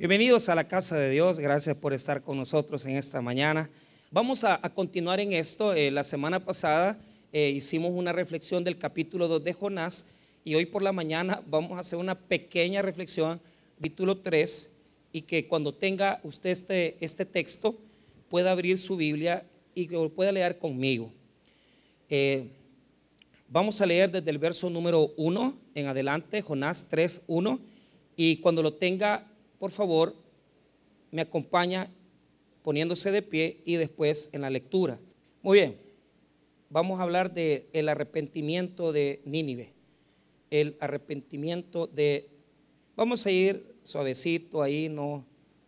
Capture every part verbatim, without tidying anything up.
Bienvenidos a la casa de Dios, gracias por estar con nosotros en esta mañana. Vamos a, a continuar en esto. Eh, la semana pasada eh, hicimos una reflexión del capítulo dos de Jonás y hoy por la mañana vamos a hacer una pequeña reflexión, capítulo tres, y que cuando tenga usted este, este texto pueda abrir su Biblia y que lo pueda leer conmigo. Eh, vamos a leer desde el verso número uno en adelante, Jonás tres, uno, y cuando lo tenga, por favor, me acompaña poniéndose de pie y después en la lectura. Muy bien, vamos a hablar del arrepentimiento de Nínive. El arrepentimiento de, vamos a ir suavecito ahí, no,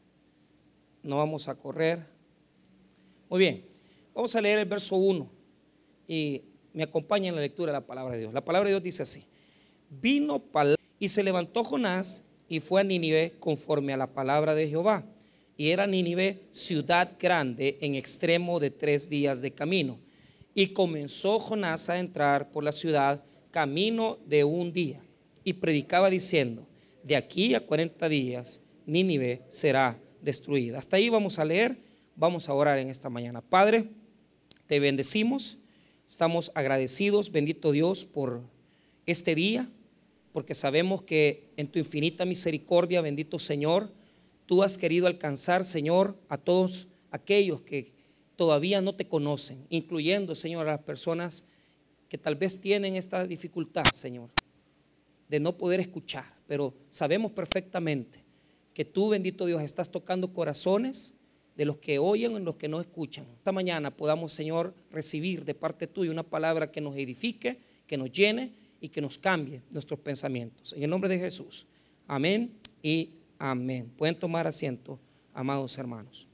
no vamos a correr. Muy bien, vamos a leer el verso uno y me acompaña en la lectura de la palabra de Dios. La palabra de Dios dice así: vino palabra y se levantó Jonás y fue a Nínive conforme a la palabra de Jehová. Y era Nínive ciudad grande en extremo de tres días de camino. Y comenzó Jonás a entrar por la ciudad camino de un día. Y predicaba diciendo: de aquí a cuarenta días Nínive será destruida. Hasta ahí vamos a leer, vamos a orar en esta mañana. Padre, te bendecimos, estamos agradecidos, bendito Dios, por este día, porque sabemos que en tu infinita misericordia, bendito Señor, tú has querido alcanzar, Señor, a todos aquellos que todavía no te conocen, incluyendo, Señor, a las personas que tal vez tienen esta dificultad, Señor, de no poder escuchar, pero sabemos perfectamente que tú, bendito Dios, estás tocando corazones de los que oyen y los que no escuchan. Esta mañana podamos, Señor, recibir de parte tuya una palabra que nos edifique, que nos llene y que nos cambie nuestros pensamientos. En el nombre de Jesús, amén y amén. Pueden tomar asiento, amados hermanos.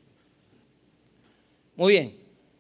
Muy bien,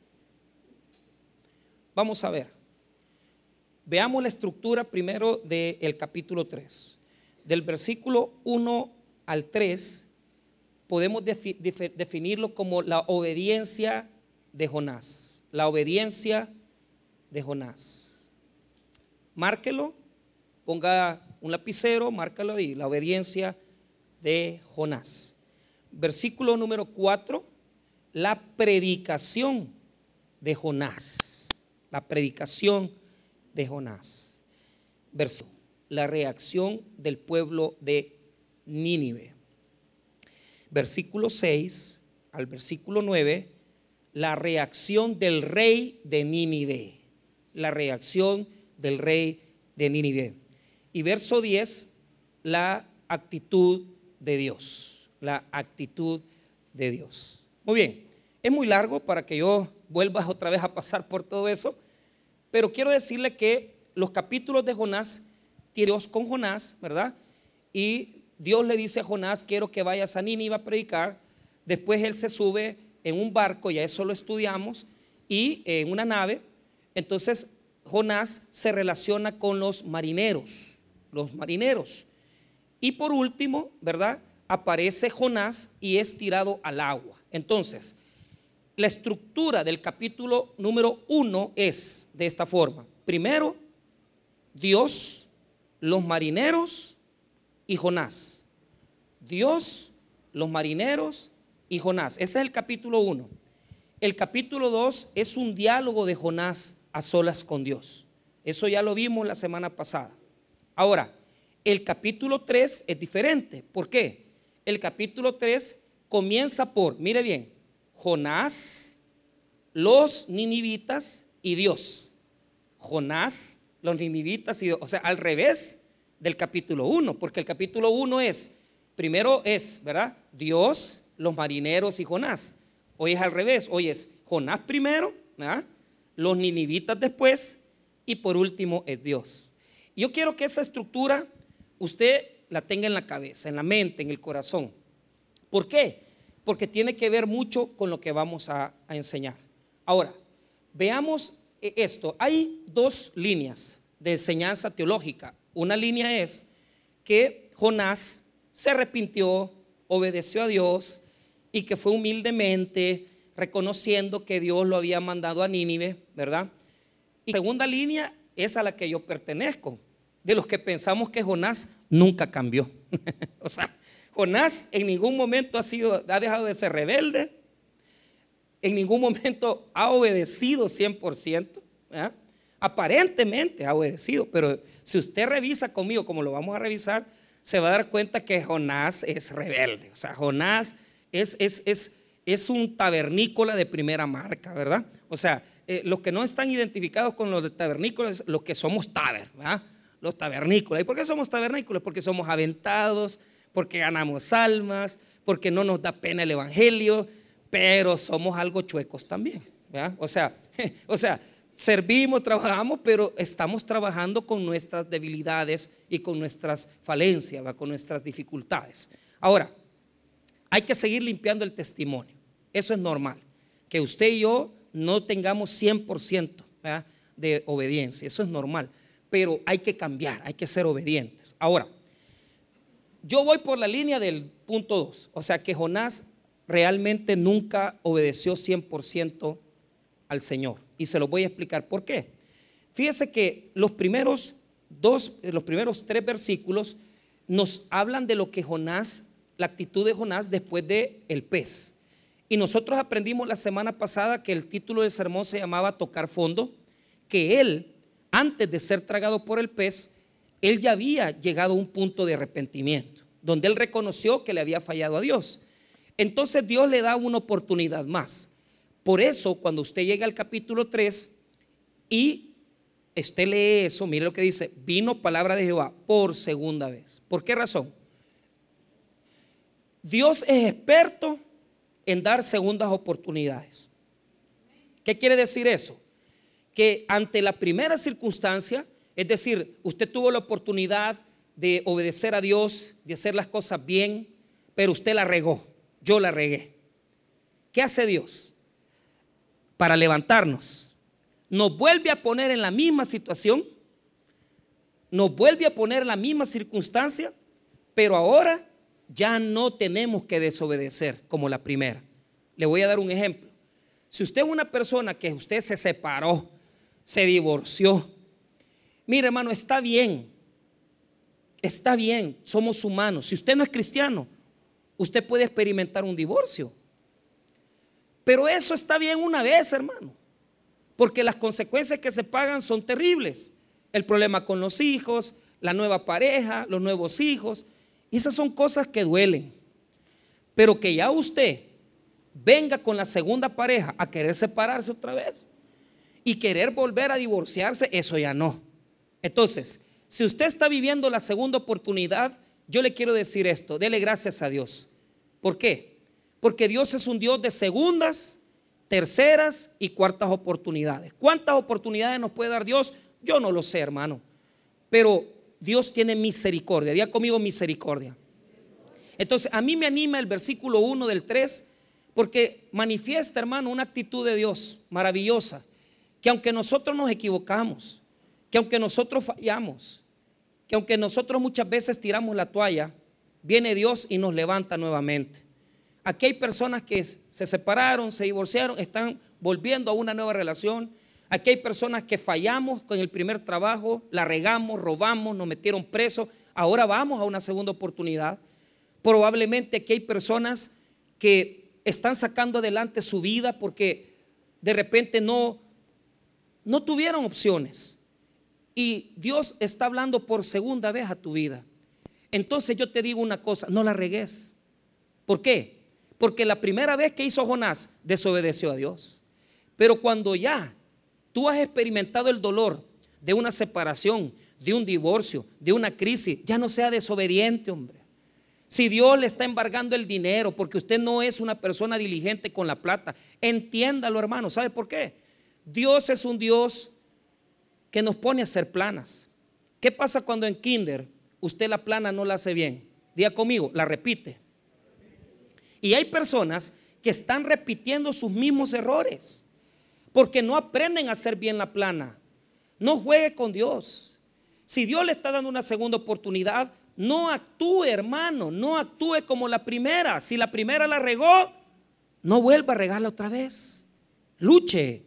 vamos a ver. Veamos la estructura primero del capítulo tres. Del versículo uno al tres podemos defi- defi- definirlo como la obediencia de Jonás. La obediencia de Jonás. Márquelo, ponga un lapicero, márcalo ahí, la obediencia de Jonás. Versículo número cuatro, la predicación de Jonás. La predicación de Jonás. Versículo, la reacción del pueblo de Nínive. Versículo seis al versículo nueve, la reacción del rey de Nínive. La reacción del rey de Nínive. Y verso diez, la actitud de Dios. La actitud de Dios. Muy bien, es muy largo para que yo vuelva otra vez a pasar por todo eso, pero quiero decirle que los capítulos de Jonás, Dios con Jonás, ¿verdad? Y Dios le dice a Jonás: quiero que vayas a Nínive a predicar. Después él se sube en un barco, ya eso lo estudiamos, y en una nave. Entonces Jonás se relaciona con los marineros, los marineros. Y por último, ¿verdad? Aparece Jonás y es tirado al agua. Entonces, la estructura del capítulo número uno es de esta forma. Primero, Dios, los marineros y Jonás. Dios, los marineros y Jonás. Ese es el capítulo uno. El capítulo dos es un diálogo de Jonás a solas con Dios. Eso ya lo vimos la semana pasada. Ahora, el capítulo tres es diferente. ¿Por qué? El capítulo tres comienza por, mire bien, Jonás, los ninivitas y Dios. Jonás, los ninivitas y Dios. O sea, al revés del capítulo uno, porque el capítulo uno es, primero es, ¿verdad? Dios, los marineros y Jonás. Hoy es al revés, hoy es Jonás primero, ¿verdad? Los ninivitas después y por último es Dios. Yo quiero que esa estructura usted la tenga en la cabeza, en la mente, en el corazón. ¿Por qué? Porque tiene que ver mucho con lo que vamos a, a enseñar. Ahora, veamos esto. Hay dos líneas de enseñanza teológica. Una línea es que Jonás se arrepintió, obedeció a Dios y que fue humildemente reconociendo que Dios lo había mandado a Nínive, ¿verdad? Y segunda línea es a la que yo pertenezco, de los que pensamos que Jonás nunca cambió. O sea, Jonás en ningún momento ha sido, ha dejado de ser rebelde, en ningún momento ha obedecido cien por ciento, ¿verdad? Aparentemente ha obedecido, pero si usted revisa conmigo, como lo vamos a revisar, se va a dar cuenta que Jonás es rebelde. O sea, Jonás es, es, es, es un tabernícola de primera marca, ¿verdad? O sea, eh, los que no están identificados con los de tabernícolas, los que somos taber, ¿verdad? Los tabernícolas. ¿Y por qué somos tabernícolas? Porque somos aventados, porque ganamos almas, porque no nos da pena el evangelio, pero somos algo chuecos también, ¿verdad? O sea, o sea, servimos, trabajamos, pero estamos trabajando con nuestras debilidades y con nuestras falencias, ¿verdad? Con nuestras dificultades. Ahora, hay que seguir limpiando el testimonio. Eso es normal, que usted y yo no tengamos cien por ciento, ¿verdad?, de obediencia. Eso es normal, pero hay que cambiar, hay que ser obedientes. Ahora, yo voy por la línea del punto dos, o sea que Jonás realmente nunca obedeció cien por ciento al Señor, y se lo voy a explicar por qué. Fíjese que los primeros dos, los primeros tres versículos nos hablan de lo que Jonás, la actitud de Jonás después de el pez. Y nosotros aprendimos la semana pasada que el título del sermón se llamaba Tocar fondo, que él, antes de ser tragado por el pez, él ya había llegado a un punto de arrepentimiento, donde él reconoció que le había fallado a Dios. Entonces Dios le da una oportunidad más. Por eso, cuando usted llega al capítulo tres y usted lee eso, mire lo que dice: vino palabra de Jehová por segunda vez. ¿Por qué razón? Dios es experto en dar segundas oportunidades. ¿Qué quiere decir eso? Que ante la primera circunstancia, es decir, usted tuvo la oportunidad de obedecer a Dios, de hacer las cosas bien, pero usted la regó, yo la regué. ¿Qué hace Dios? Para levantarnos, nos vuelve a poner en la misma situación, nos vuelve a poner en la misma circunstancia, pero ahora ya no tenemos que desobedecer como la primera. Le voy a dar un ejemplo. Si usted es una persona que usted se separó, se divorció, mire, hermano, está bien, está bien, somos humanos. Si usted no es cristiano, usted puede experimentar un divorcio, pero eso está bien una vez, hermano, porque las consecuencias que se pagan son terribles. El problema con los hijos, la nueva pareja, los nuevos hijos, y esas son cosas que duelen. Pero que ya usted venga con la segunda pareja a querer separarse otra vez y querer volver a divorciarse, eso ya no. Entonces, si usted está viviendo la segunda oportunidad, yo le quiero decir esto: dele gracias a Dios. ¿Por qué? Porque Dios es un Dios de segundas, terceras y cuartas oportunidades. ¿Cuántas oportunidades nos puede dar Dios? Yo no lo sé, hermano, pero Dios tiene misericordia. Diga conmigo: misericordia. Entonces, a mí me anima el versículo uno del tres, porque manifiesta, hermano, una actitud de Dios maravillosa, que aunque nosotros nos equivocamos, que aunque nosotros fallamos, que aunque nosotros muchas veces tiramos la toalla, viene Dios y nos levanta nuevamente. Aquí hay personas que se separaron, se divorciaron, están volviendo a una nueva relación. Aquí hay personas que fallamos con el primer trabajo, la regamos, robamos, nos metieron presos, ahora vamos a una segunda oportunidad. Probablemente aquí hay personas que están sacando adelante su vida porque de repente no, no tuvieron opciones, y Dios está hablando por segunda vez a tu vida. Entonces yo te digo una cosa: no la regues. ¿Por qué? Porque la primera vez que hizo Jonás, desobedeció a Dios. Pero cuando ya tú has experimentado el dolor de una separación, de un divorcio, de una crisis, ya no sea desobediente, hombre. Si Dios le está embargando el dinero porque usted no es una persona diligente con la plata, entiéndalo, hermano. ¿Sabe por qué? Dios es un Dios que nos pone a hacer planas. ¿Qué pasa cuando en kinder usted la plana no la hace bien? Diga conmigo: la repite. Y hay personas que están repitiendo sus mismos errores porque no aprenden a hacer bien la plana. No juegue con Dios. Si Dios le está dando una segunda oportunidad, no actúe, hermano, no actúe como la primera. Si la primera la regó, no vuelva a regarla otra vez. Luche,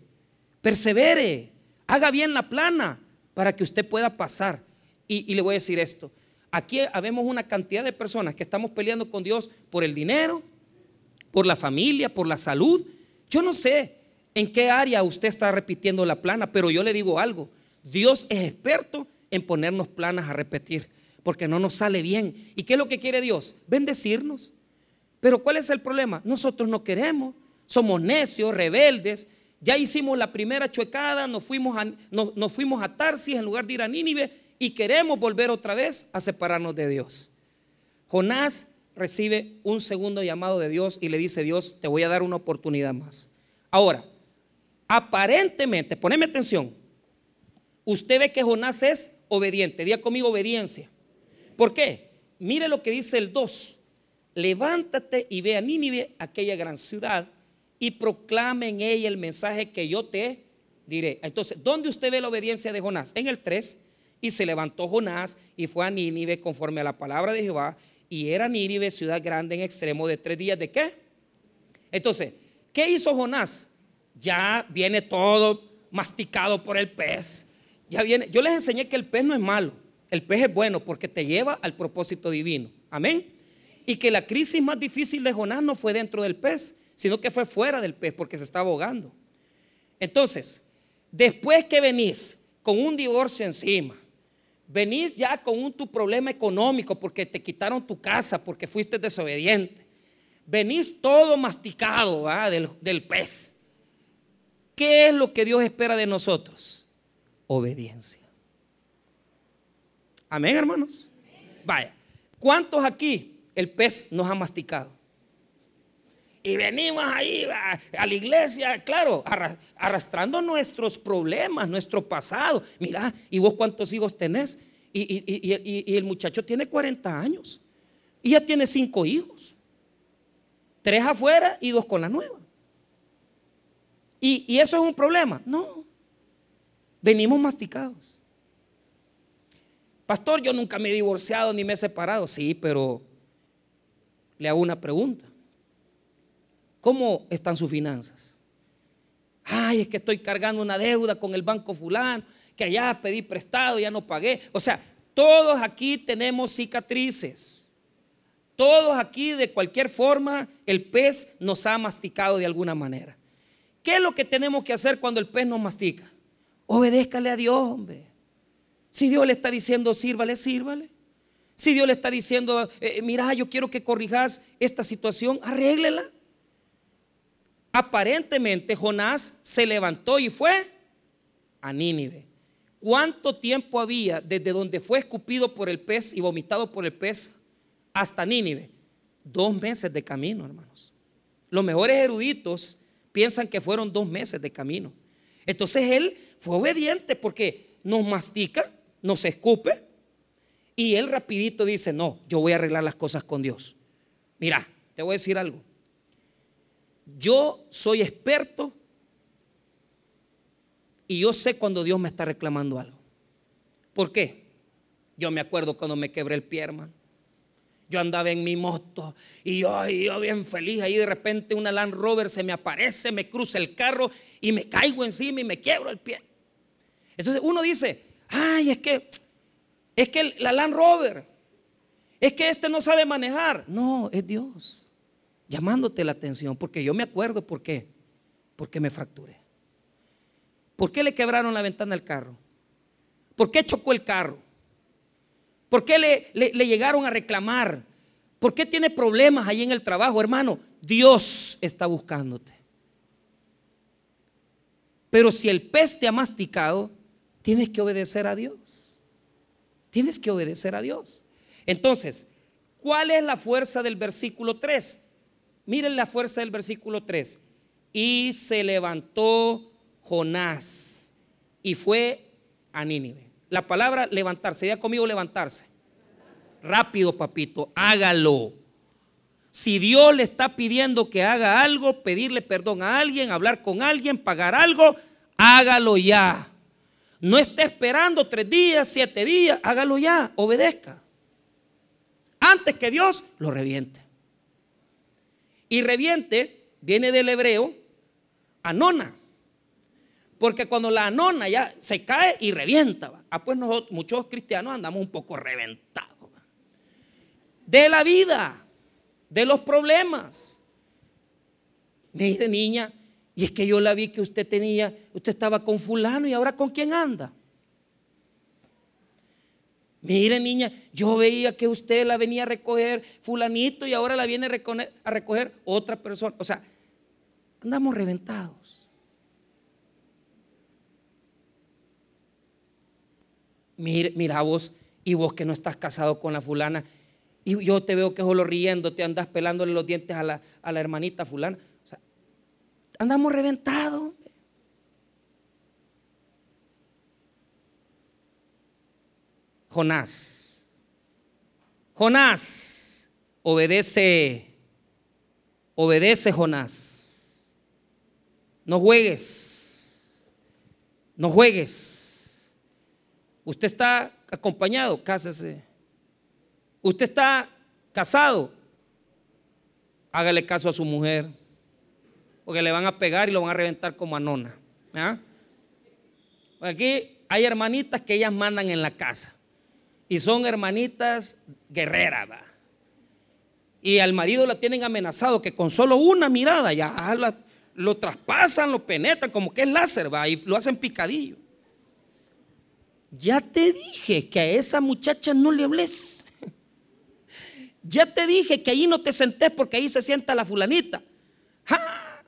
persevere, haga bien la plana para que usted pueda pasar. Y, y le voy a decir esto: aquí habemos una cantidad de personas que estamos peleando con Dios por el dinero, por la familia, por la salud. Yo no sé en qué área usted está repitiendo la plana, pero yo le digo algo: Dios es experto en ponernos planas a repetir, porque no nos sale bien. ¿Y qué es lo que quiere Dios? Bendecirnos. Pero ¿cuál es el problema? Nosotros no queremos, somos necios, rebeldes. Ya hicimos la primera chuecada, nos fuimos a, nos, nos fuimos a Tarsis en lugar de ir a Nínive, y queremos volver otra vez a separarnos de Dios. Jonás recibe un segundo llamado de Dios y le dice: Dios, te voy a dar una oportunidad más. Ahora, aparentemente, poneme atención, usted ve que Jonás es obediente. Diga conmigo: obediencia. ¿Por qué? Mire lo que dice el dos: levántate y ve a Nínive, aquella gran ciudad, y proclame en ella el mensaje que yo te diré. Entonces, ¿dónde usted ve la obediencia de Jonás? En el tres: y se levantó Jonás y fue a Nínive conforme a la palabra de Jehová, y era Nínive ciudad grande en extremo de tres días. ¿De qué? Entonces, ¿qué hizo Jonás? Ya viene todo masticado por el pez. Ya viene. Yo les enseñé que el pez no es malo, el pez es bueno porque te lleva al propósito divino. Amén. Y que la crisis más difícil de Jonás no fue dentro del pez, sino que fue fuera del pez, porque se estaba ahogando. Entonces, después que venís con un divorcio encima, venís ya con un tu problema económico porque te quitaron tu casa, porque fuiste desobediente, venís todo masticado del, del pez. ¿Qué es lo que Dios espera de nosotros? Obediencia. Amén, hermanos. Vaya, ¿cuántos aquí el pez nos ha masticado? Y venimos ahí a, a la iglesia, claro, arrastrando nuestros problemas, nuestro pasado. Mira, ¿y vos cuántos hijos tenés? Y, y, y, y, y el muchacho tiene cuarenta años y ya tiene cinco hijos, tres afuera y dos con la nueva. ¿Y, y eso es un problema? No, venimos masticados. Pastor, yo nunca me he divorciado ni me he separado. Sí, pero le hago una pregunta: ¿cómo están sus finanzas? Ay, es que estoy cargando una deuda con el banco fulano, que allá pedí prestado, ya no pagué. O sea, todos aquí tenemos cicatrices. Todos aquí, de cualquier forma, el pez nos ha masticado de alguna manera. ¿Qué es lo que tenemos que hacer cuando el pez nos mastica? Obedézcale a Dios, hombre. Si Dios le está diciendo sírvale, sírvale. Si Dios le está diciendo eh, mira, yo quiero que corrijas esta situación, arréglela. Aparentemente Jonás se levantó y fue a Nínive. ¿Cuánto tiempo había desde donde fue escupido por el pez y vomitado por el pez hasta Nínive? Dos meses de camino, hermanos. Los mejores eruditos piensan que fueron dos meses de camino. Entonces él fue obediente porque nos mastica, nos escupe, y él rapidito dice: no, yo voy a arreglar las cosas con Dios. Mira, te voy a decir algo. Yo soy experto y yo sé cuando Dios me está reclamando algo. ¿Por qué? Yo me acuerdo cuando me quebré el pie, hermano. Yo andaba en mi moto y yo, y yo bien feliz. Ahí de repente una Land Rover se me aparece, me cruza el carro y me caigo encima y me quiebro el pie. Entonces uno dice: ay, es que Es que la Land Rover, es que este no sabe manejar. No, es Dios llamándote la atención, porque yo me acuerdo por qué. Porque me fracturé. ¿Por qué le quebraron la ventana al carro? ¿Por qué chocó el carro? ¿Por qué le, le, le llegaron a reclamar? ¿Por qué tiene problemas ahí en el trabajo? Hermano, Dios está buscándote. Pero si el pez te ha masticado, tienes que obedecer a Dios. Tienes que obedecer a Dios. Entonces, ¿cuál es la fuerza del versículo tres? Miren la fuerza del versículo tres. Y se levantó Jonás y fue a Nínive. La palabra levantarse, ya conmigo levantarse. Rápido, papito, hágalo. Si Dios le está pidiendo que haga algo, pedirle perdón a alguien, hablar con alguien, pagar algo, hágalo ya. No esté esperando tres días, siete días, hágalo ya, obedezca. Antes que Dios lo reviente. Y reviente viene del hebreo anona. Porque cuando la anona ya se cae y revienta. Ah, pues nosotros, muchos cristianos andamos un poco reventados. de la vida, de los problemas. Mire, niña, y es que yo la vi que usted tenía, usted estaba con fulano y ahora ¿con quién anda? Mire, niña, yo veía que usted la venía a recoger fulanito y ahora la viene a recoger, a recoger otra persona. O sea, andamos reventados. Mire, mira vos, y vos que no estás casado con la fulana, y yo te veo que solo riendo, te andas pelándole los dientes a la, a la hermanita fulana. O sea, andamos reventados. Jonás, Jonás, obedece, obedece Jonás. No juegues, no juegues. Usted está acompañado, cásese. Usted está casado, hágale caso a su mujer, porque le van a pegar y lo van a reventar como a nona. ¿Ah? Aquí hay hermanitas que ellas mandan en la casa y son hermanitas guerreras, ¿va? Y al marido la tienen amenazado que con solo una mirada ya la, lo traspasan, lo penetran como que es láser, ¿va? Y lo hacen picadillo. Ya te dije que a esa muchacha no le hables. Ya te dije que ahí no te sentés porque ahí se sienta la fulanita. ¡Ja!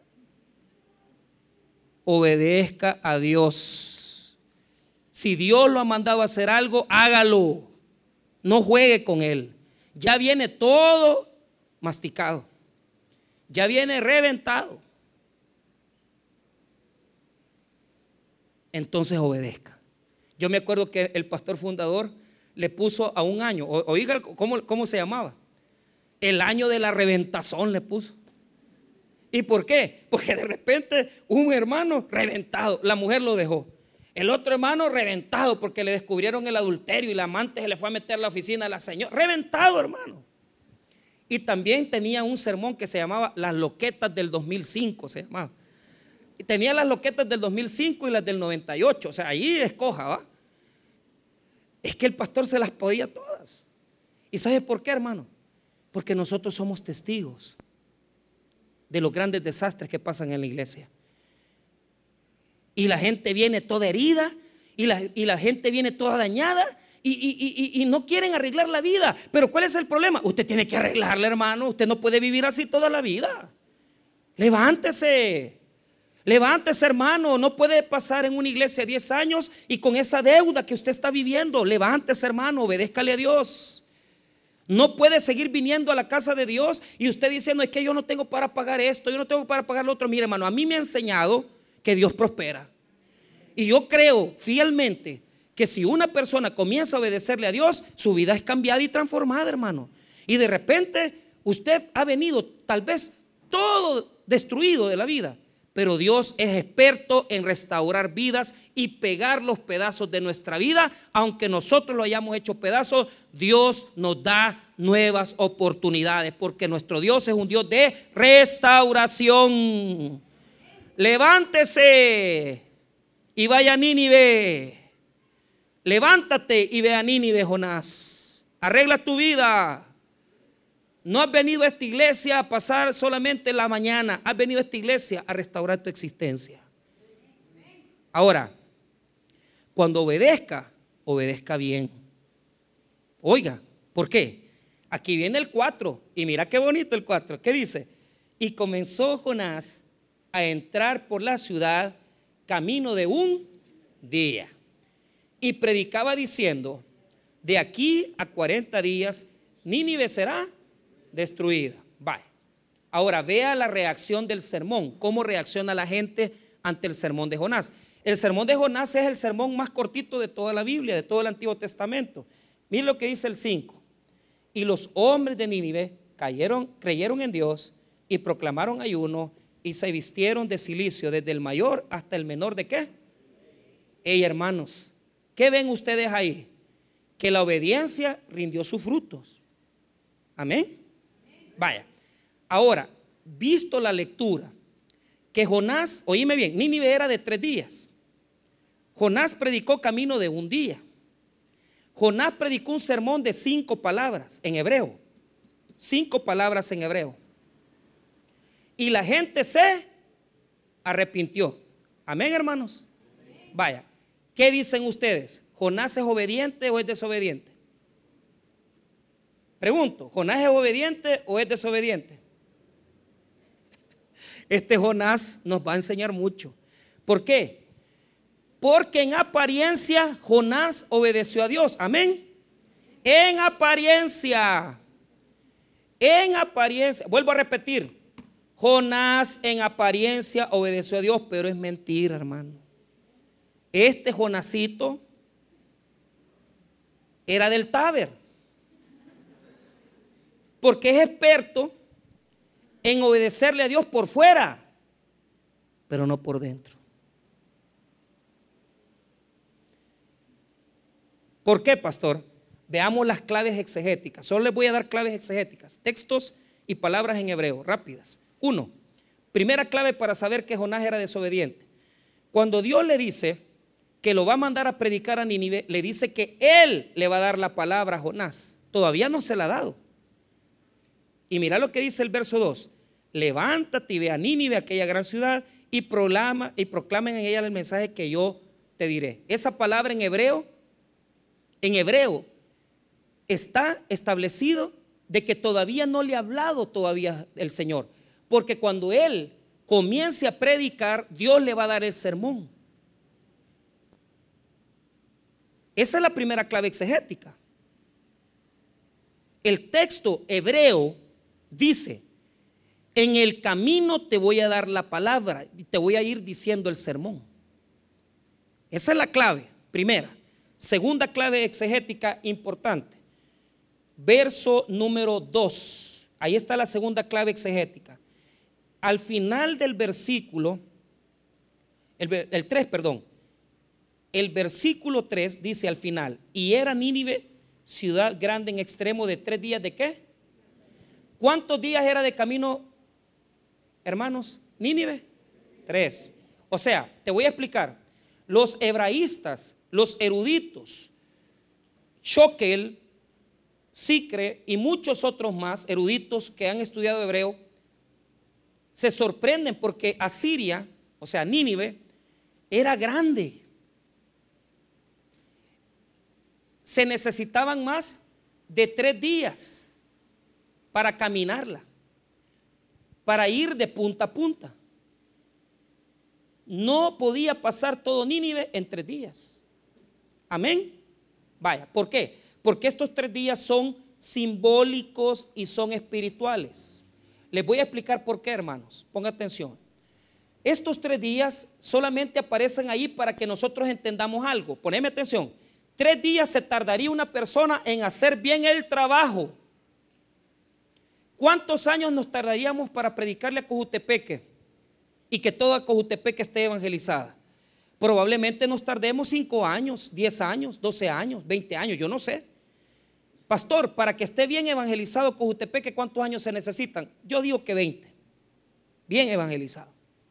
Obedezca a Dios. Si Dios lo ha mandado a hacer algo, hágalo. No juegue con él. Ya viene todo masticado. Ya viene reventado. Entonces obedezca. Yo me acuerdo que el pastor fundador le puso a un año, o, oiga, ¿cómo, ¿cómo se llamaba? El año de la reventazón le puso. ¿Y por qué? Porque de repente un hermano reventado, la mujer lo dejó. El otro hermano reventado porque le descubrieron el adulterio y la amante se le fue a meter a la oficina de la señora. Reventado, hermano. Y también tenía un sermón que se llamaba Las Loquetas del dos mil cinco, se llamaba. Y tenía las loquetas del dos mil cinco y las del noventa y ocho. O sea, ahí escoja, ¿va? Es que el pastor se las podía todas. ¿Y sabe por qué, hermano? Porque nosotros somos testigos de los grandes desastres que pasan en la iglesia. Y la gente viene toda herida y la, y la gente viene toda dañada y, y, y, y no quieren arreglar la vida. Pero ¿cuál es el problema? Usted tiene que arreglarla, hermano. Usted no puede vivir así toda la vida. Levántese. Levántese, hermano. No puede pasar en una iglesia diez años y con esa deuda que usted está viviendo. Levántese, hermano. Obedézcale a Dios. No puede seguir viniendo a la casa de Dios y usted diciendo: es que yo no tengo para pagar esto, yo no tengo para pagar lo otro. Mire, hermano, a mí me ha enseñado que Dios prospera. Y yo creo fielmente que si una persona comienza a obedecerle a Dios, su vida es cambiada y transformada, hermano. Y de repente usted ha venido tal vez todo destruido de la vida, pero Dios es experto en restaurar vidas y pegar los pedazos de nuestra vida. Aunque nosotros lo hayamos hecho pedazos, Dios nos da nuevas oportunidades, porque nuestro Dios es un Dios de restauración. Levántese y vaya a Nínive. Levántate y ve a Nínive, Jonás. Arregla tu vida. No has venido a esta iglesia a pasar solamente la mañana. Has venido a esta iglesia a restaurar tu existencia. Ahora, cuando obedezca, obedezca bien. Oiga, ¿por qué? Aquí viene el cuatro. Y mira qué bonito el cuatro. ¿Qué dice? Y comenzó Jonás a entrar por la ciudad camino de un día. Y predicaba diciendo: de aquí a cuarenta días Nínive será destruida. Vaya. Ahora vea la reacción del sermón. ¿Cómo reacciona la gente ante el sermón de Jonás? El sermón de Jonás es el sermón más cortito de toda la Biblia, de todo el Antiguo Testamento. Mire lo que dice el cinco. Y los hombres de Nínive cayeron, creyeron en Dios y proclamaron ayuno y se vistieron de cilicio, desde el mayor hasta el menor. ¿De qué? Ey, hermanos, ¿qué ven ustedes ahí? Que la obediencia rindió sus frutos. Amén. Vaya, ahora, visto la lectura, que Jonás, oíme bien, Nínive era de tres días. Jonás predicó camino de un día. Jonás predicó un sermón de cinco palabras en hebreo. cinco palabras en hebreo. Y la gente se arrepintió. Amén, hermanos. Amén. Vaya, ¿qué dicen ustedes? ¿Jonás es obediente o es desobediente? Pregunto, ¿Jonás es obediente o es desobediente? Este Jonás nos va a enseñar mucho. ¿Por qué? Porque en apariencia Jonás obedeció a Dios. Amén. En apariencia. En apariencia. Vuelvo a repetir. Jonás en apariencia obedeció a Dios, pero es mentira, hermano. Este Jonasito era del Taber, porque es experto en obedecerle a Dios por fuera, pero no por dentro. ¿Por qué, pastor? Veamos las claves exegéticas. Solo les voy a dar claves exegéticas, textos y palabras en hebreo, rápidas. Uno, primera clave para saber que Jonás era desobediente. Cuando Dios le dice que lo va a mandar a predicar a Nínive, le dice que Él le va a dar la palabra a Jonás. Todavía no se la ha dado. Y mira lo que dice el verso dos. Levántate y ve a Nínive, aquella gran ciudad, y proclama, y proclamen en ella el mensaje que yo te diré. Esa palabra en hebreo, en hebreo, está establecido de que todavía no le ha hablado todavía el Señor. Porque cuando Él comience a predicar, Dios le va a dar el sermón. Esa es la primera clave exegética. El texto hebreo dice: en el camino te voy a dar la palabra y te voy a ir diciendo el sermón. Esa es la clave, primera. Segunda clave exegética importante. Verso número dos. Ahí está la segunda clave exegética. Al final del versículo, el, el tres, perdón. El versículo tres dice al final: y era Nínive ciudad grande en extremo de tres días de ¿qué? ¿Cuántos días era de camino, hermanos? Nínive, tres. O sea, te voy a explicar. Los hebraístas, los eruditos, Shokel, Sicre y muchos otros más eruditos que han estudiado hebreo, se sorprenden porque Asiria, o sea Nínive, era grande. Se necesitaban más de tres días para caminarla, para ir de punta a punta. No podía pasar todo Nínive en tres días. Amén. Vaya, ¿por qué? Porque estos tres días son simbólicos y son espirituales. Les voy a explicar por qué, hermanos. Ponga atención. Estos tres días solamente aparecen ahí para que nosotros entendamos algo. Poneme atención. Tres días se tardaría una persona en hacer bien el trabajo. ¿Cuántos años nos tardaríamos para predicarle a Cojutepeque y que toda Cojutepeque esté evangelizada? Probablemente nos tardemos cinco años, diez años, doce años, veinte años, yo no sé. Pastor, para que esté bien evangelizado Cojutepeque, ¿cuántos años se necesitan? Yo digo que veinte. Bien evangelizado.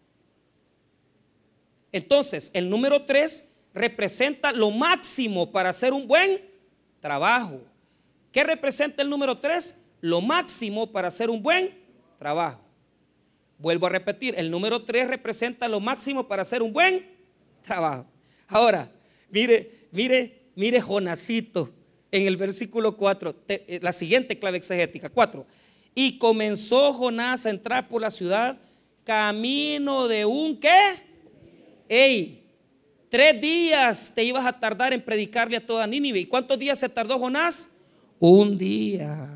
Entonces, el número tres representa lo máximo para hacer un buen trabajo. ¿Qué representa el número tres? Lo máximo para hacer un buen trabajo. Vuelvo a repetir, el número tres representa lo máximo para hacer un buen trabajo. Ahora, mire, mire, mire Jonasito en el versículo cuatro, te, la siguiente clave exegética, cuatro. Y comenzó Jonás a entrar por la ciudad camino de un ¿qué? Ey, tres días te ibas a tardar en predicarle a toda Nínive. ¿Y cuántos días se tardó Jonás? Un día.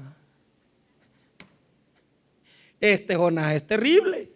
Este Jonás es terrible.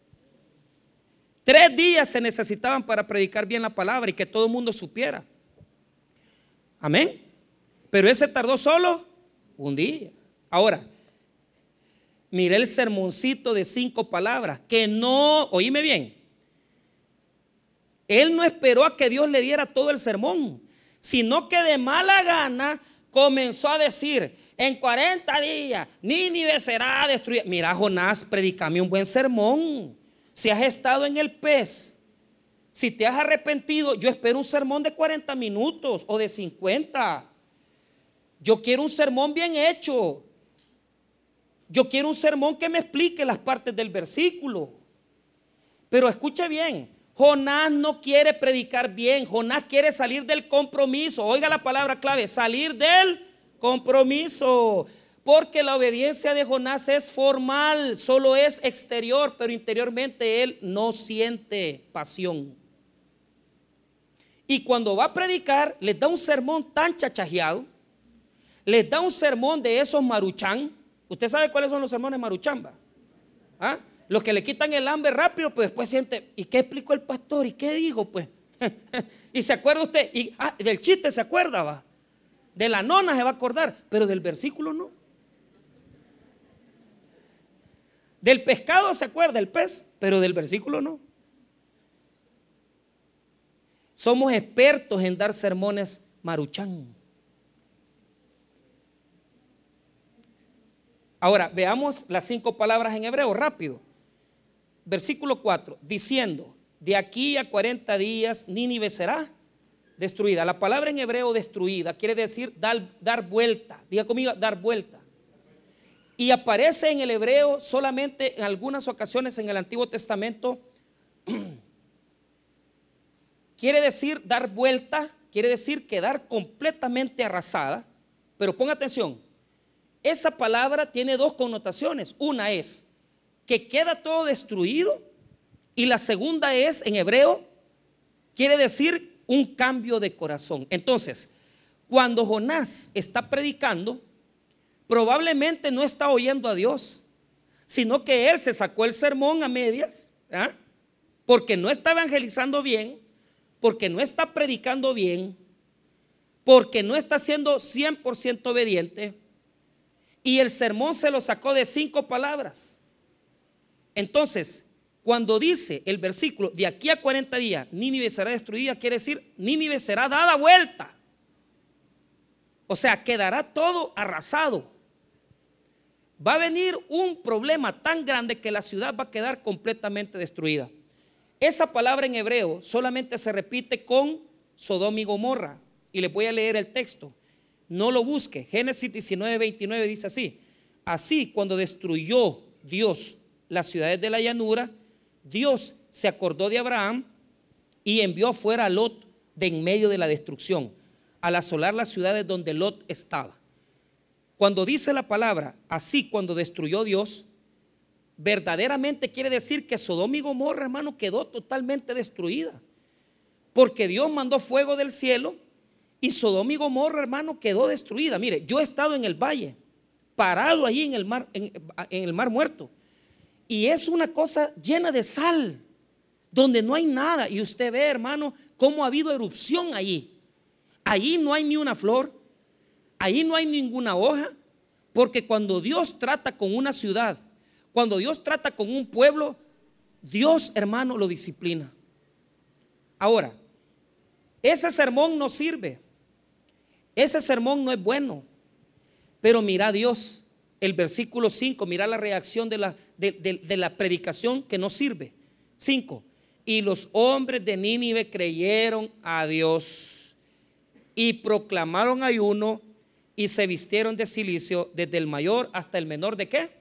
Tres días se necesitaban para predicar bien la palabra y que todo el mundo supiera. Amén. Pero él se tardó solo un día. Ahora, mire el sermoncito de cinco palabras que no, oíme bien. Él no esperó a que Dios le diera todo el sermón, sino que de mala gana comenzó a decir: en cuarenta días Nínive será destruida. Mira, Jonás, predícame un buen sermón. Si has estado en el pez, si te has arrepentido, yo espero un sermón de cuarenta minutos o de cincuenta. Yo quiero un sermón bien hecho. Yo quiero un sermón que me explique las partes del versículo. Pero escuche bien, Jonás no quiere predicar bien. Jonás quiere salir del compromiso. Oiga la palabra clave, salir del compromiso. Porque la obediencia de Jonás es formal, solo es exterior, pero interiormente él no siente pasión. Y cuando va a predicar, les da un sermón tan chachajeado, les da un sermón de esos maruchán. ¿Usted sabe cuáles son los sermones maruchán? ¿Ah? Los que le quitan el hambre rápido, pues después siente, ¿y qué explicó el pastor? ¿Y qué dijo? Pues, y se acuerda usted, y ah, del chiste se acuerda, va. De la nona se va a acordar, pero del versículo no. Del pescado se acuerda, el pez, pero del versículo no. Somos expertos en dar sermones maruchán. Ahora, veamos las cinco palabras en hebreo, rápido. Versículo cuatro, diciendo, de aquí a cuarenta días Nínive será destruida. La palabra en hebreo destruida quiere decir dar, dar vuelta. Diga conmigo, dar vuelta. Y aparece en el hebreo solamente en algunas ocasiones en el Antiguo Testamento. Quiere decir dar vuelta, quiere decir quedar completamente arrasada. Pero ponga atención, esa palabra tiene dos connotaciones. Una es que queda todo destruido, y la segunda es, en hebreo, quiere decir un cambio de corazón. Entonces, cuando Jonás está predicando, probablemente no está oyendo a Dios, sino que él se sacó el sermón a medias, ¿ah? Porque no está evangelizando bien, porque no está predicando bien, porque no está siendo cien por ciento obediente, y el sermón se lo sacó de cinco palabras. Entonces, cuando dice el versículo, de aquí a cuarenta días Nínive será destruida, quiere decir Nínive será dada vuelta. O sea, quedará todo arrasado. Va a venir un problema tan grande que la ciudad va a quedar completamente destruida. Esa palabra en hebreo solamente se repite con Sodoma y Gomorra. Y les voy a leer el texto. No lo busque. Génesis diecinueve, veintinueve dice así: así, cuando destruyó Dios las ciudades de la llanura, Dios se acordó de Abraham y envió afuera a Lot de en medio de la destrucción, al asolar las ciudades donde Lot estaba. Cuando dice la palabra así, cuando destruyó Dios, verdaderamente quiere decir que Sodoma y Gomorra, hermano, quedó totalmente destruida, porque Dios mandó fuego del cielo y Sodoma y Gomorra, hermano, quedó destruida. Mire, yo he estado en el valle, parado allí en el mar, en, en el mar muerto, y es una cosa llena de sal, donde no hay nada. Y usted ve, hermano, cómo ha habido erupción allí. Allí no hay ni una flor, allí no hay ninguna hoja, porque cuando Dios trata con una ciudad, cuando Dios trata con un pueblo, Dios, hermano, lo disciplina. Ahora, ese sermón no sirve, ese sermón no es bueno, pero mira a Dios. El versículo cinco, mira la reacción de la, de, de, de la predicación que no sirve. cinco, y los hombres de Nínive creyeron a Dios y proclamaron ayuno y se vistieron de cilicio, desde el mayor hasta el menor. ¿De qué?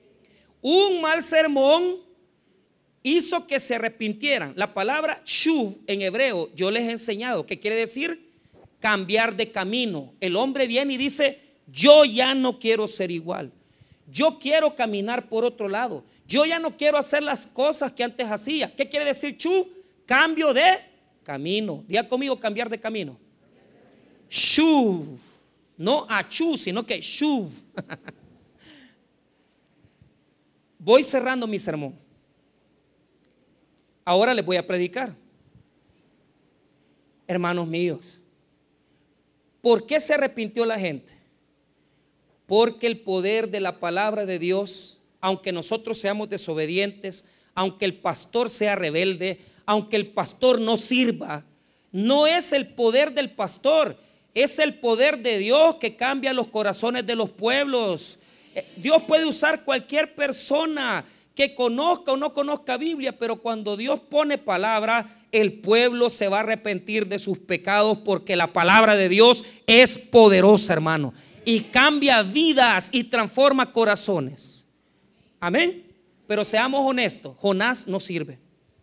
Un mal sermón hizo que se arrepintieran. La palabra shuv en hebreo yo les he enseñado que quiere decir cambiar de camino. El hombre viene y dice: yo ya no quiero ser igual, yo quiero caminar por otro lado, yo ya no quiero hacer las cosas que antes hacía. ¿Qué quiere decir shuv? Cambio de camino. Diga conmigo, cambiar de camino. Shuv, no achú, sino que shuv. Voy cerrando mi sermón. Ahora les voy a predicar. Hermanos míos, ¿por qué se arrepintió la gente? Porque el poder de la palabra de Dios, aunque nosotros seamos desobedientes, aunque el pastor sea rebelde, aunque el pastor no sirva, no es el poder del pastor, es el poder de Dios que cambia los corazones de los pueblos. Dios puede usar cualquier persona que conozca o no conozca Biblia, pero cuando Dios pone palabra, el pueblo se va a arrepentir de sus pecados, porque la palabra de Dios es poderosa, hermano. y cambia vidas y transforma corazones. Amén. Pero seamos honestos, Jonás no sirve.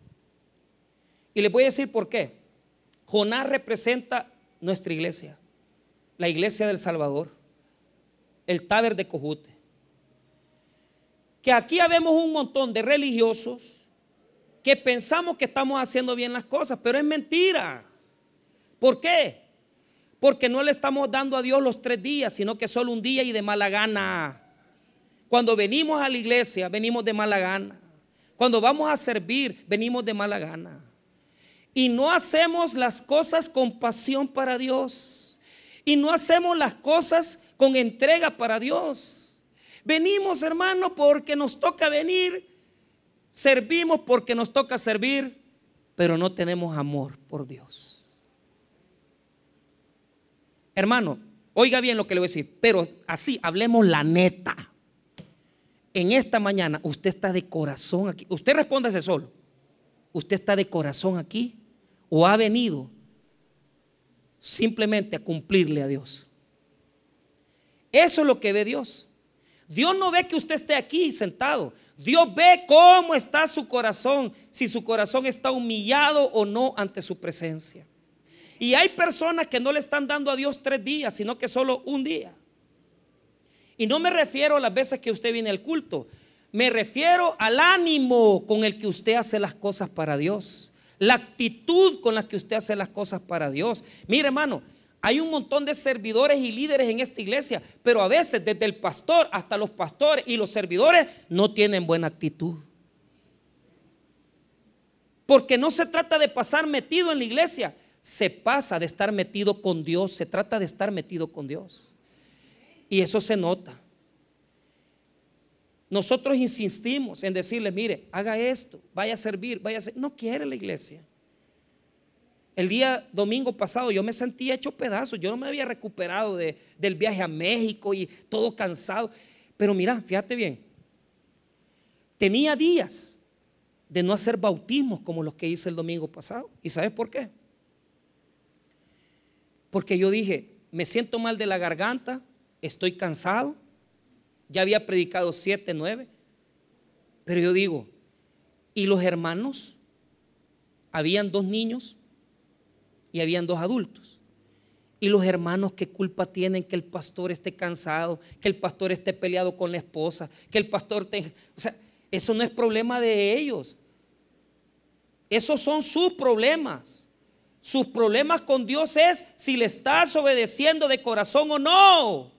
Y les voy a decir por qué. Jonás representa nuestra iglesia, la iglesia del Salvador, el Taber de Cojute. Que aquí habemos un montón de religiosos que pensamos que estamos haciendo bien las cosas, pero es mentira. ¿Por qué? Porque no le estamos dando a Dios los tres días, sino que solo un día y de mala gana. Cuando venimos a la iglesia, venimos de mala gana. Cuando vamos a servir, venimos de mala gana. Y no hacemos las cosas con pasión para Dios. Y no hacemos las cosas con entrega para Dios. Venimos, hermano, porque nos toca venir. Servimos porque nos toca servir, pero no tenemos amor por Dios. Hermano, oiga bien lo que le voy a decir, pero así, hablemos la neta. En esta mañana, usted está de corazón aquí. Usted respóndase solo. ¿Usted está de corazón aquí o ha venido simplemente a cumplirle a Dios? Eso es lo que ve Dios. Dios no ve que usted esté aquí sentado. Dios ve cómo está su corazón, si su corazón está humillado o no ante su presencia. Y hay personas que no le están dando a Dios tres días, sino que solo un día. Y no me refiero a las veces que usted viene al culto, me refiero al ánimo con el que usted hace las cosas para Dios, la actitud con la que usted hace las cosas para Dios. Mire, hermano, hay un montón de servidores y líderes en esta iglesia, pero a veces desde el pastor hasta los pastores y los servidores no tienen buena actitud. Porque no se trata de pasar metido en la iglesia, se pasa de estar metido con Dios, se trata de estar metido con Dios. Y eso se nota. Nosotros insistimos en decirles, mire, haga esto, vaya a servir, vaya a servir. No quiere la iglesia. El día domingo pasado yo me sentía hecho pedazos. Yo no me había recuperado de, del viaje a México y todo cansado. Pero mira, fíjate bien. Tenía días de no hacer bautismos como los que hice el domingo pasado. ¿Y sabes por qué? Porque yo dije, me siento mal de la garganta, estoy cansado. Ya había predicado siete, nueve. Pero yo digo, ¿y los hermanos? Habían dos niños y habían dos adultos. Y los hermanos, ¿qué culpa tienen que el pastor esté cansado, que el pastor esté peleado con la esposa, que el pastor tenga? O sea, eso no es problema de ellos. Esos son sus problemas. Sus problemas con Dios es si le estás obedeciendo de corazón o no.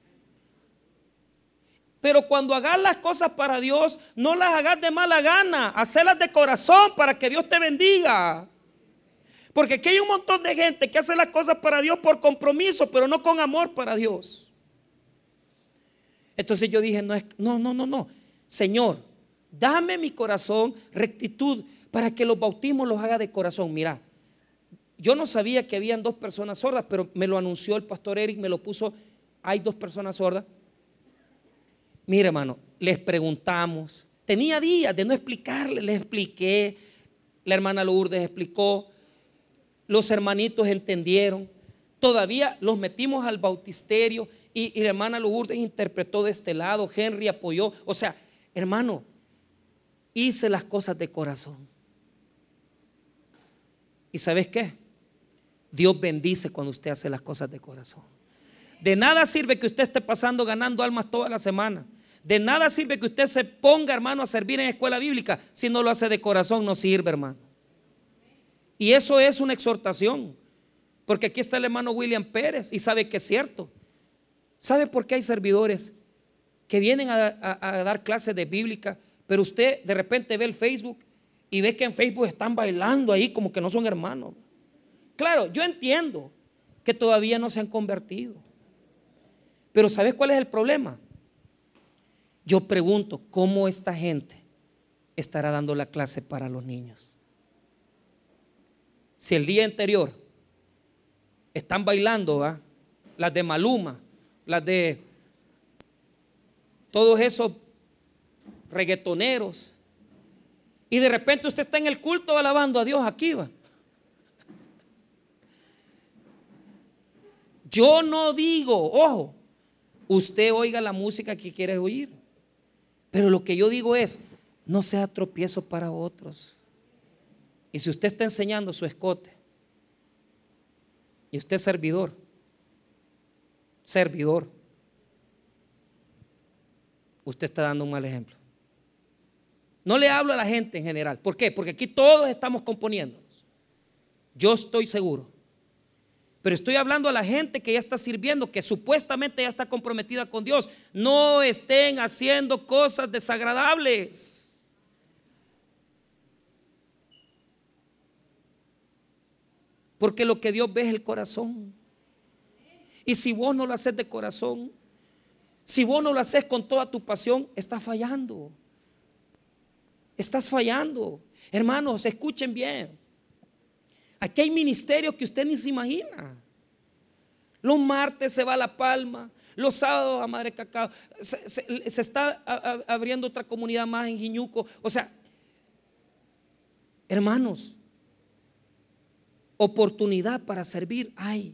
Pero cuando hagas las cosas para Dios, no las hagas de mala gana, hacelas de corazón para que Dios te bendiga. Porque aquí hay un montón de gente que hace las cosas para Dios por compromiso, pero no con amor para Dios. Entonces yo dije, no, no, no, no, no. Señor, dame mi corazón, rectitud, para que los bautismos los haga de corazón. Mira, yo no sabía que habían dos personas sordas, pero me lo anunció el pastor Eric, me lo puso, hay dos personas sordas. Mira, hermano, les preguntamos, tenía días de no explicarles, les expliqué, la hermana Lourdes explicó, los hermanitos entendieron, todavía los metimos al bautisterio y, y la hermana Lourdes interpretó de este lado, Henry apoyó, o sea, hermano, hice las cosas de corazón. ¿Y sabes qué? Dios bendice cuando usted hace las cosas de corazón. De nada sirve que usted esté pasando ganando almas toda la semana. De nada sirve que usted se ponga, hermano, a servir en escuela bíblica. Si no lo hace de corazón, no sirve, hermano. Y eso es una exhortación. Porque aquí está el hermano William Pérez y sabe que es cierto. ¿Sabe por qué hay servidores que vienen a, a, a dar clases de bíblica, pero usted de repente ve el Facebook y ve que en Facebook están bailando ahí como que no son hermanos? Claro, yo entiendo que todavía no se han convertido. Pero ¿sabes cuál es el problema? Yo pregunto, ¿cómo esta gente estará dando la clase para los niños? Si el día anterior están bailando, ¿va? Las de Maluma, las de todos esos reggaetoneros, y de repente usted está en el culto alabando a Dios aquí, ¿va? Yo no digo, ojo, Usted oiga la música que quiere oír. Pero lo que yo digo es, no sea tropiezo para otros. Y si usted está enseñando su escote y usted es servidor, servidor, usted está dando un mal ejemplo. No le hablo a la gente en general. ¿Por qué? Porque aquí todos estamos componiéndonos. Yo estoy seguro. Pero estoy hablando a la gente que ya está sirviendo, que supuestamente ya está comprometida con Dios. No estén haciendo cosas desagradables. Porque lo que Dios ve es el corazón. Y si vos no lo haces de corazón, si vos no lo haces con toda tu pasión, estás fallando. Estás fallando. Hermanos, escuchen bien. Aquí hay ministerios que usted ni se imagina. Los martes se va a La Palma, los sábados a Madre Cacao, se, se, se está a, a, abriendo otra comunidad más en Jiñuco. O sea, hermanos, oportunidad para servir hay.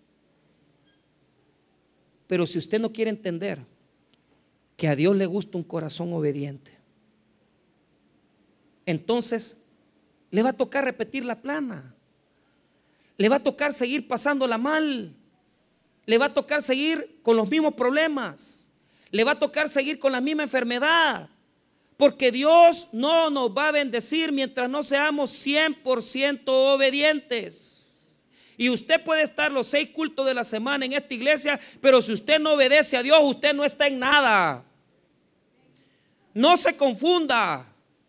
Pero si usted no quiere entender que a Dios le gusta un corazón obediente, entonces le va a tocar repetir la plana. Le va a tocar seguir pasándola mal. Le va a tocar seguir con los mismos problemas. Le va a tocar seguir con la misma enfermedad. Porque Dios no nos va a bendecir mientras no seamos cien por ciento obedientes. Y usted puede estar los seis cultos de la semana en esta iglesia, pero si usted no obedece a Dios, usted no está en nada. No se confunda.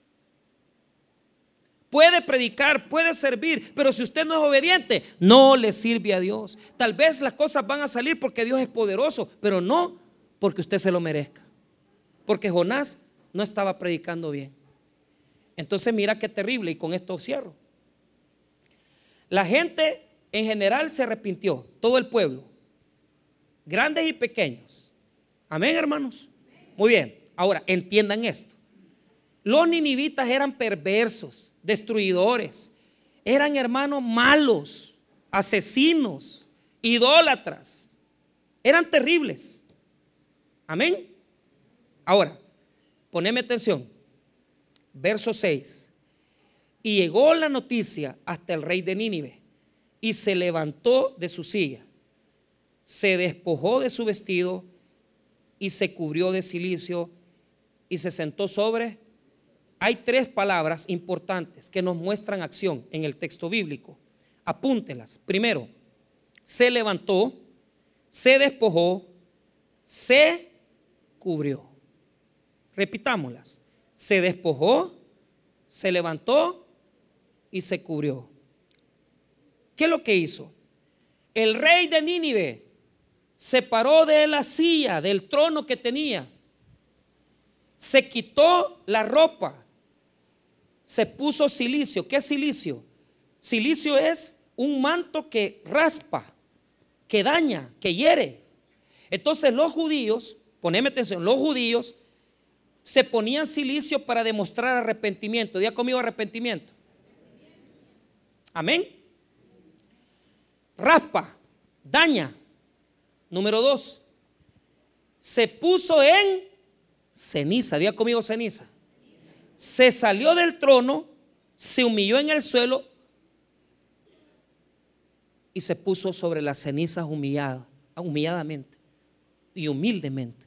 Puede predicar, puede servir, pero si usted no es obediente, no le sirve a Dios. Tal vez las cosas van a salir porque Dios es poderoso, pero no porque usted se lo merezca. Porque Jonás no estaba predicando bien. Entonces mira qué terrible, y con esto cierro. La gente en general se arrepintió, todo el pueblo, grandes y pequeños. Amén, hermanos. Muy bien, ahora entiendan esto. Los ninivitas eran perversos, destruidores, eran hermanos malos, asesinos, idólatras, eran terribles. Amén. Ahora, poneme atención, verso seis. Y llegó la noticia hasta el rey de Nínive, y se levantó de su silla, se despojó de su vestido y se cubrió de cilicio y se sentó sobre. Hay tres palabras importantes que nos muestran acción en el texto bíblico. Apúntelas. Primero, se levantó, se despojó, se cubrió. Repitámoslas. Se despojó, se levantó y se cubrió. ¿Qué es lo que hizo? El rey de Nínive se paró de la silla, del trono que tenía. Se quitó la ropa. Se puso cilicio. ¿Qué es cilicio? Cilicio es un manto que raspa, que daña, que hiere. Entonces los judíos, poneme atención, los judíos se ponían cilicio para demostrar arrepentimiento. Diga conmigo arrepentimiento. Amén. Raspa, daña. Número dos, se puso en ceniza. Diga conmigo ceniza. Se salió del trono, se humilló en el suelo y se puso sobre las cenizas humillada, humilladamente y humildemente.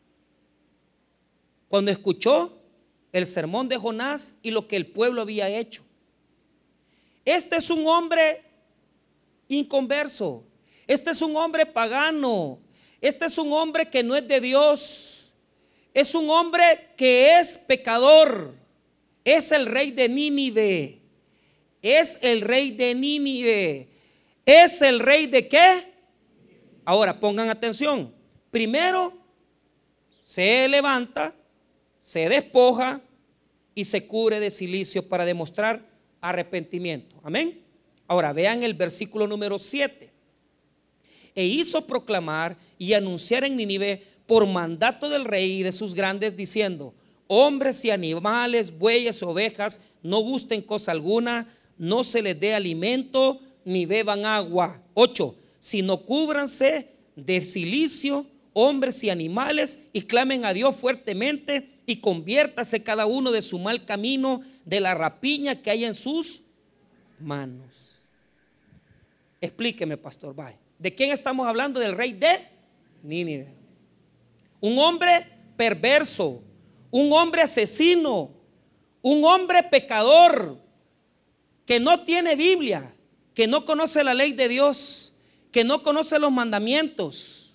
Cuando escuchó el sermón de Jonás y lo que el pueblo había hecho. Este es un hombre inconverso, este es un hombre pagano, este es un hombre que no es de Dios, es un hombre que es pecador. Es el rey de Nínive. Es el rey de Nínive. ¿Es el rey de qué? Ahora pongan atención. Primero se levanta, se despoja y se cubre de cilicio para demostrar arrepentimiento. Amén. Ahora vean el versículo número siete. E hizo proclamar y anunciar en Nínive por mandato del rey y de sus grandes, diciendo: hombres y animales, bueyes, ovejas, no gusten cosa alguna, no se les dé alimento, ni beban agua. Ocho, sino cúbranse de cilicio hombres y animales, y clamen a Dios fuertemente, y conviértase cada uno de su mal camino, de la rapiña que hay en sus manos. Explíqueme, pastor. Bye. ¿De quién estamos hablando? Del rey de Nínive. Un hombre perverso, un hombre asesino, un hombre pecador, que no tiene Biblia, que no conoce la ley de Dios, que no conoce los mandamientos.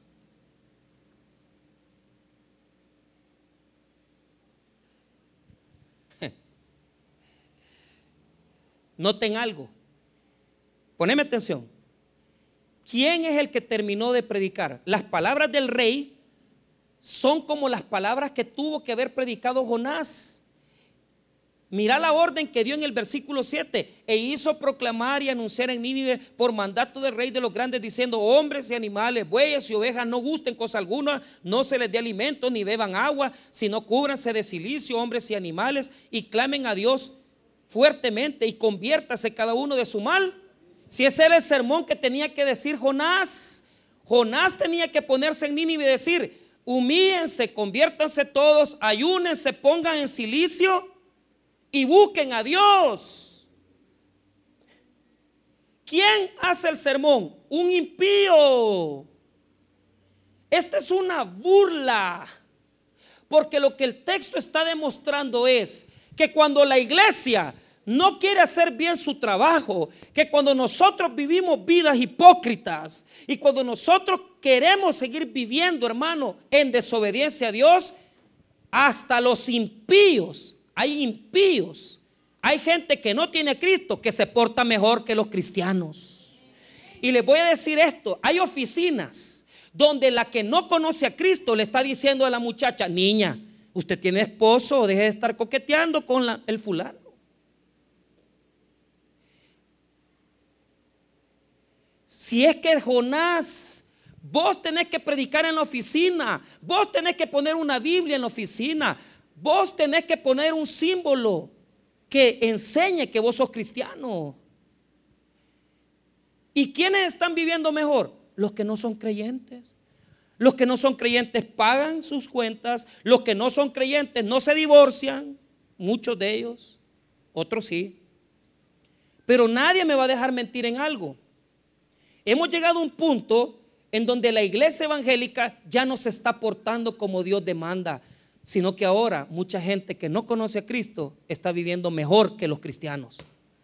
Noten algo, poneme atención. ¿Quién es el que terminó de predicar? Las palabras del rey son como las palabras que tuvo que haber predicado Jonás. Mira la orden que dio en el versículo siete: e hizo proclamar y anunciar en Nínive por mandato del rey de los grandes, diciendo: hombres y animales, bueyes y ovejas no gusten cosa alguna, no se les dé alimento ni beban agua, sino cúbranse de cilicio, hombres y animales, y clamen a Dios fuertemente, y conviértase cada uno de su mal. Si ese era el sermón que tenía que decir Jonás, Jonás tenía que ponerse en Nínive y decir: humíense, conviértanse todos, ayúnense, pongan en cilicio y busquen a Dios. ¿Quién hace el sermón? Un impío. Esta es una burla, porque lo que el texto está demostrando es que cuando la iglesia no quiere hacer bien su trabajo, que cuando nosotros vivimos vidas hipócritas y cuando nosotros queremos seguir viviendo, hermano, en desobediencia a Dios, hasta los impíos, hay impíos, hay gente que no tiene a Cristo que se porta mejor que los cristianos. Y les voy a decir esto: hay oficinas donde la que no conoce a Cristo le está diciendo a la muchacha: niña, usted tiene esposo, deje de estar coqueteando con la, el fulano. Si es que Jonás, vos tenés que predicar en la oficina, vos tenés que poner una Biblia en la oficina, vos tenés que poner un símbolo que enseñe que vos sos cristiano. ¿Y quiénes están viviendo mejor? Los que no son creyentes. Los que no son creyentes pagan sus cuentas, los que no son creyentes no se divorcian, muchos de ellos, otros sí. Pero nadie me va a dejar mentir en algo. Hemos llegado a un punto en donde la iglesia evangélica ya no se está portando como Dios demanda, sino que ahora mucha gente que no conoce a Cristo está viviendo mejor que los cristianos.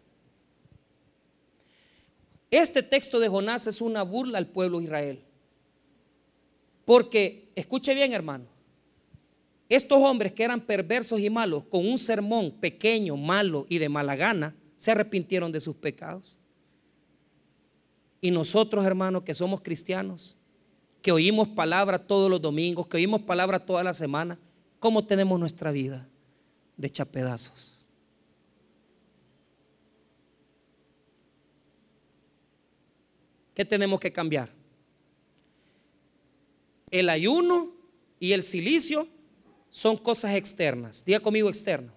Este texto de Jonás es una burla al pueblo de Israel. Porque, escuche bien, hermano, estos hombres que eran perversos y malos, con un sermón pequeño, malo y de mala gana, se arrepintieron de sus pecados. Y nosotros, hermanos, que somos cristianos, que oímos palabra todos los domingos, que oímos palabra toda la semana, ¿cómo tenemos nuestra vida? De hecha pedazos. ¿Qué tenemos que cambiar? El ayuno y el cilicio son cosas externas. Diga conmigo: externo.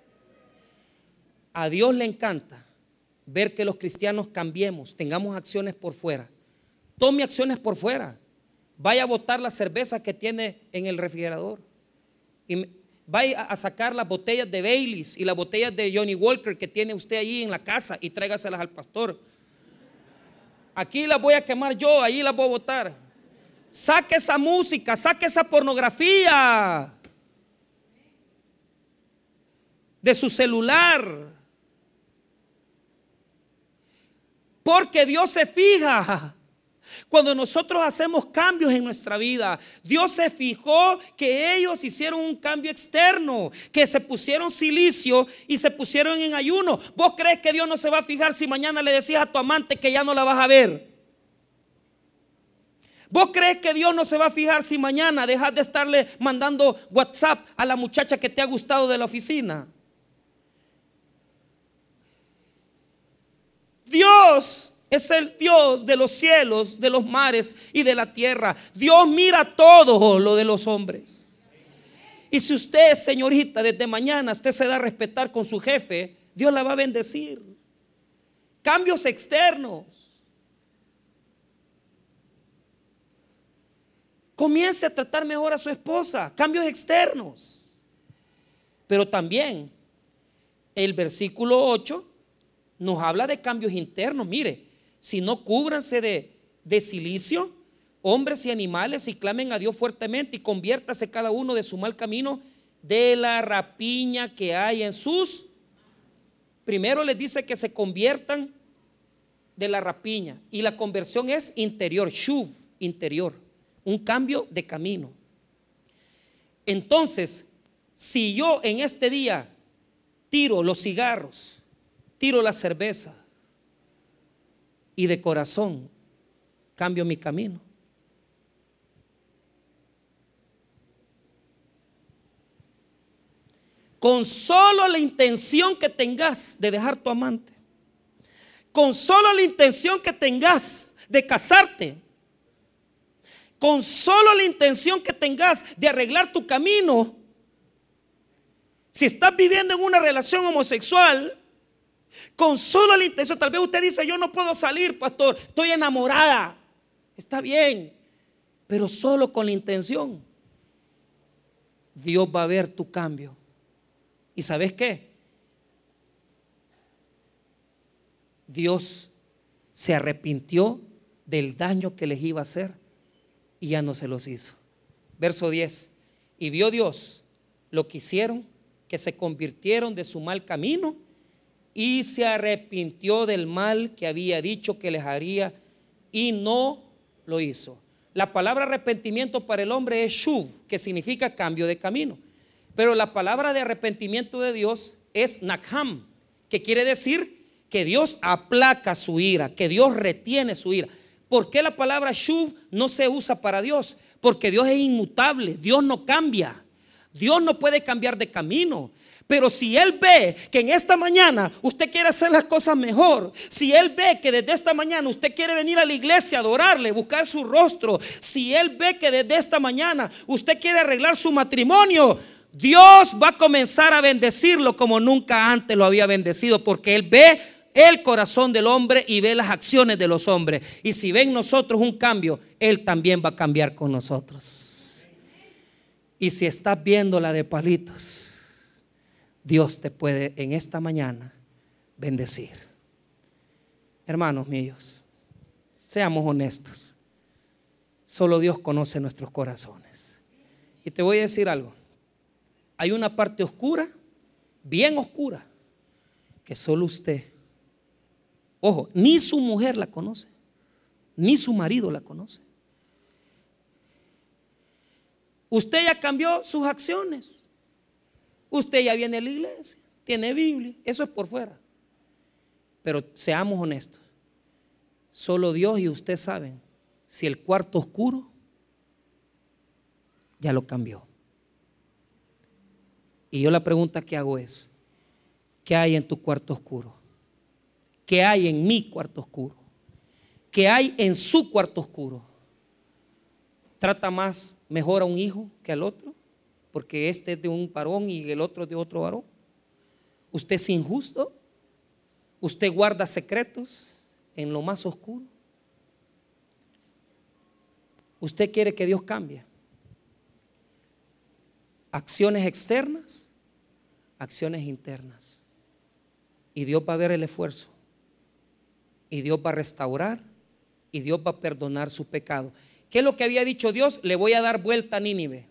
A Dios le encanta ver que los cristianos cambiemos, tengamos acciones por fuera. Tome acciones por fuera. Vaya a botar la cerveza que tiene en el refrigerador. Y vaya a sacar las botellas de Baileys y las botellas de Johnny Walker que tiene usted allí en la casa y tráigaselas al pastor. Aquí las voy a quemar yo, allí las voy a botar. Saque esa música, saque esa pornografía de su celular. Porque Dios se fija cuando nosotros hacemos cambios en nuestra vida. Dios se fijó que ellos hicieron un cambio externo, que se pusieron cilicio y se pusieron en ayuno. ¿Vos crees que Dios no se va a fijar si mañana le decís a tu amante que ya no la vas a ver? ¿Vos crees que Dios no se va a fijar si mañana dejas de estarle mandando WhatsApp a la muchacha que te ha gustado de la oficina? Dios es el Dios de los cielos, de los mares y de la tierra. Dios mira todo lo de los hombres. Y si usted, señorita, desde mañana usted se da a respetar con su jefe, Dios la va a bendecir. Cambios externos. Comience a tratar mejor a su esposa. Cambios externos. Pero también el versículo ocho nos habla de cambios internos. Mire, si no cúbranse de, de cilicio, hombres y animales, y clamen a Dios fuertemente y conviértase cada uno de su mal camino, de la rapiña que hay en sus. Primero les dice que se conviertan de la rapiña, y la conversión es interior, shuv, interior, un cambio de camino. Entonces, si yo en este día tiro los cigarros, tiro la cerveza, y de corazón cambio mi camino, con solo la intención que tengas de dejar tu amante, con solo la intención que tengas de casarte, con solo la intención que tengas de arreglar tu camino, si estás viviendo en una relación homosexual, con solo la intención, tal vez usted dice: yo no puedo salir, pastor, estoy enamorada. Está bien, pero solo con la intención, Dios va a ver tu cambio. ¿Y sabes qué? Dios se arrepintió del daño que les iba a hacer y ya no se los hizo. Verso diez. Y vio Dios lo que hicieron, que se convirtieron de su mal camino, y se arrepintió del mal que había dicho que les haría, y no lo hizo. La palabra arrepentimiento para el hombre es shuv, que significa cambio de camino. Pero la palabra de arrepentimiento de Dios es nakham, que quiere decir que Dios aplaca su ira, que Dios retiene su ira. ¿Por qué la palabra shuv no se usa para Dios? Porque Dios es inmutable, Dios no cambia, Dios no puede cambiar de camino. Pero si Él ve que en esta mañana usted quiere hacer las cosas mejor, si Él ve que desde esta mañana usted quiere venir a la iglesia, adorarle, buscar su rostro, si Él ve que desde esta mañana usted quiere arreglar su matrimonio, Dios va a comenzar a bendecirlo como nunca antes lo había bendecido, porque Él ve el corazón del hombre y ve las acciones de los hombres. Y si ve en nosotros un cambio, Él también va a cambiar con nosotros. Y si estás viendo la de palitos, Dios te puede en esta mañana bendecir. Hermanos míos, seamos honestos. Solo Dios conoce nuestros corazones. Y te voy a decir algo. Hay una parte oscura, bien oscura, que solo usted, ojo, ni su mujer la conoce, ni su marido la conoce. Usted ya cambió sus acciones. Usted ya viene a la iglesia, tiene Biblia, eso es por fuera. Pero seamos honestos, solo Dios y usted saben si el cuarto oscuro ya lo cambió. Y yo la pregunta que hago es: ¿qué hay en tu cuarto oscuro? ¿Qué hay en mi cuarto oscuro? ¿Qué hay en su cuarto oscuro? ¿Trata más mejor a un hijo que al otro? Porque este es de un varón y el otro es de otro varón. ¿Usted es injusto? ¿Usted guarda secretos en lo más oscuro? ¿Usted quiere que Dios cambie? Acciones externas, acciones internas. Y Dios va a ver el esfuerzo. Y Dios va a restaurar. Y Dios va a perdonar su pecado. ¿Qué es lo que había dicho Dios? Le voy a dar vuelta a Nínive.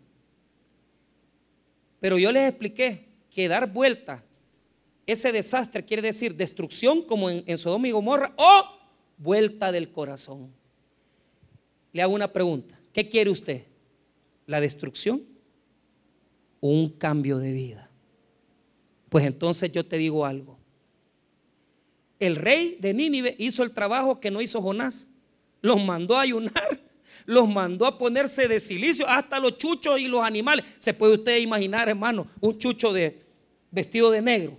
Pero yo les expliqué que dar vuelta, ese desastre quiere decir destrucción como en, en Sodoma y Gomorra, o vuelta del corazón. Le hago una pregunta: ¿qué quiere usted? ¿La destrucción o un cambio de vida? Pues entonces yo te digo algo. El rey de Nínive hizo el trabajo que no hizo Jonás. Los mandó a ayunar, los mandó a ponerse de cilicio, hasta los chuchos y los animales. ¿Se puede usted imaginar, hermano, un chucho de vestido de negro?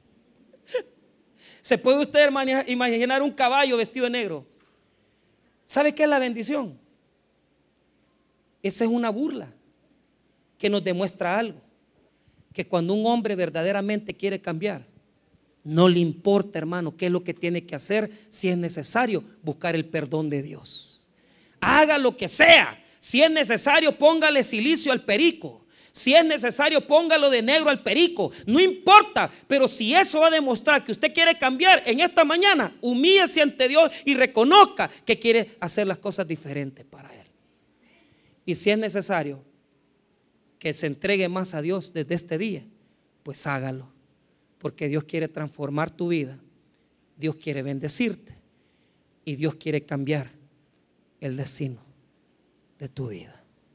¿Se puede usted imaginar un caballo vestido de negro? ¿Sabe qué es la bendición? Esa es una burla que nos demuestra algo: que cuando un hombre verdaderamente quiere cambiar, no le importa, hermano, qué es lo que tiene que hacer. Si es necesario buscar el perdón de Dios, haga lo que sea. Si es necesario, póngale silicio al perico. Si es necesario, póngalo de negro al perico. No importa, pero si eso va a demostrar que usted quiere cambiar en esta mañana, humíllese ante Dios y reconozca que quiere hacer las cosas diferentes para Él. Y si es necesario que se entregue más a Dios desde este día, pues hágalo. Porque Dios quiere transformar tu vida. Dios quiere bendecirte. Y Dios quiere cambiar el destino de tu vida.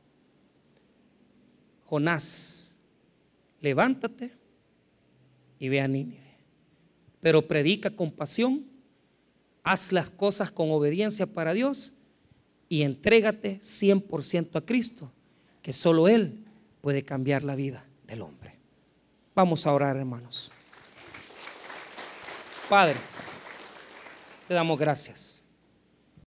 Jonás, levántate y ve a Nínive, pero predica con pasión, haz las cosas con obediencia para Dios y entrégate cien por ciento a Cristo, que solo Él puede cambiar la vida del hombre. Vamos a orar, hermanos. Padre, te damos gracias.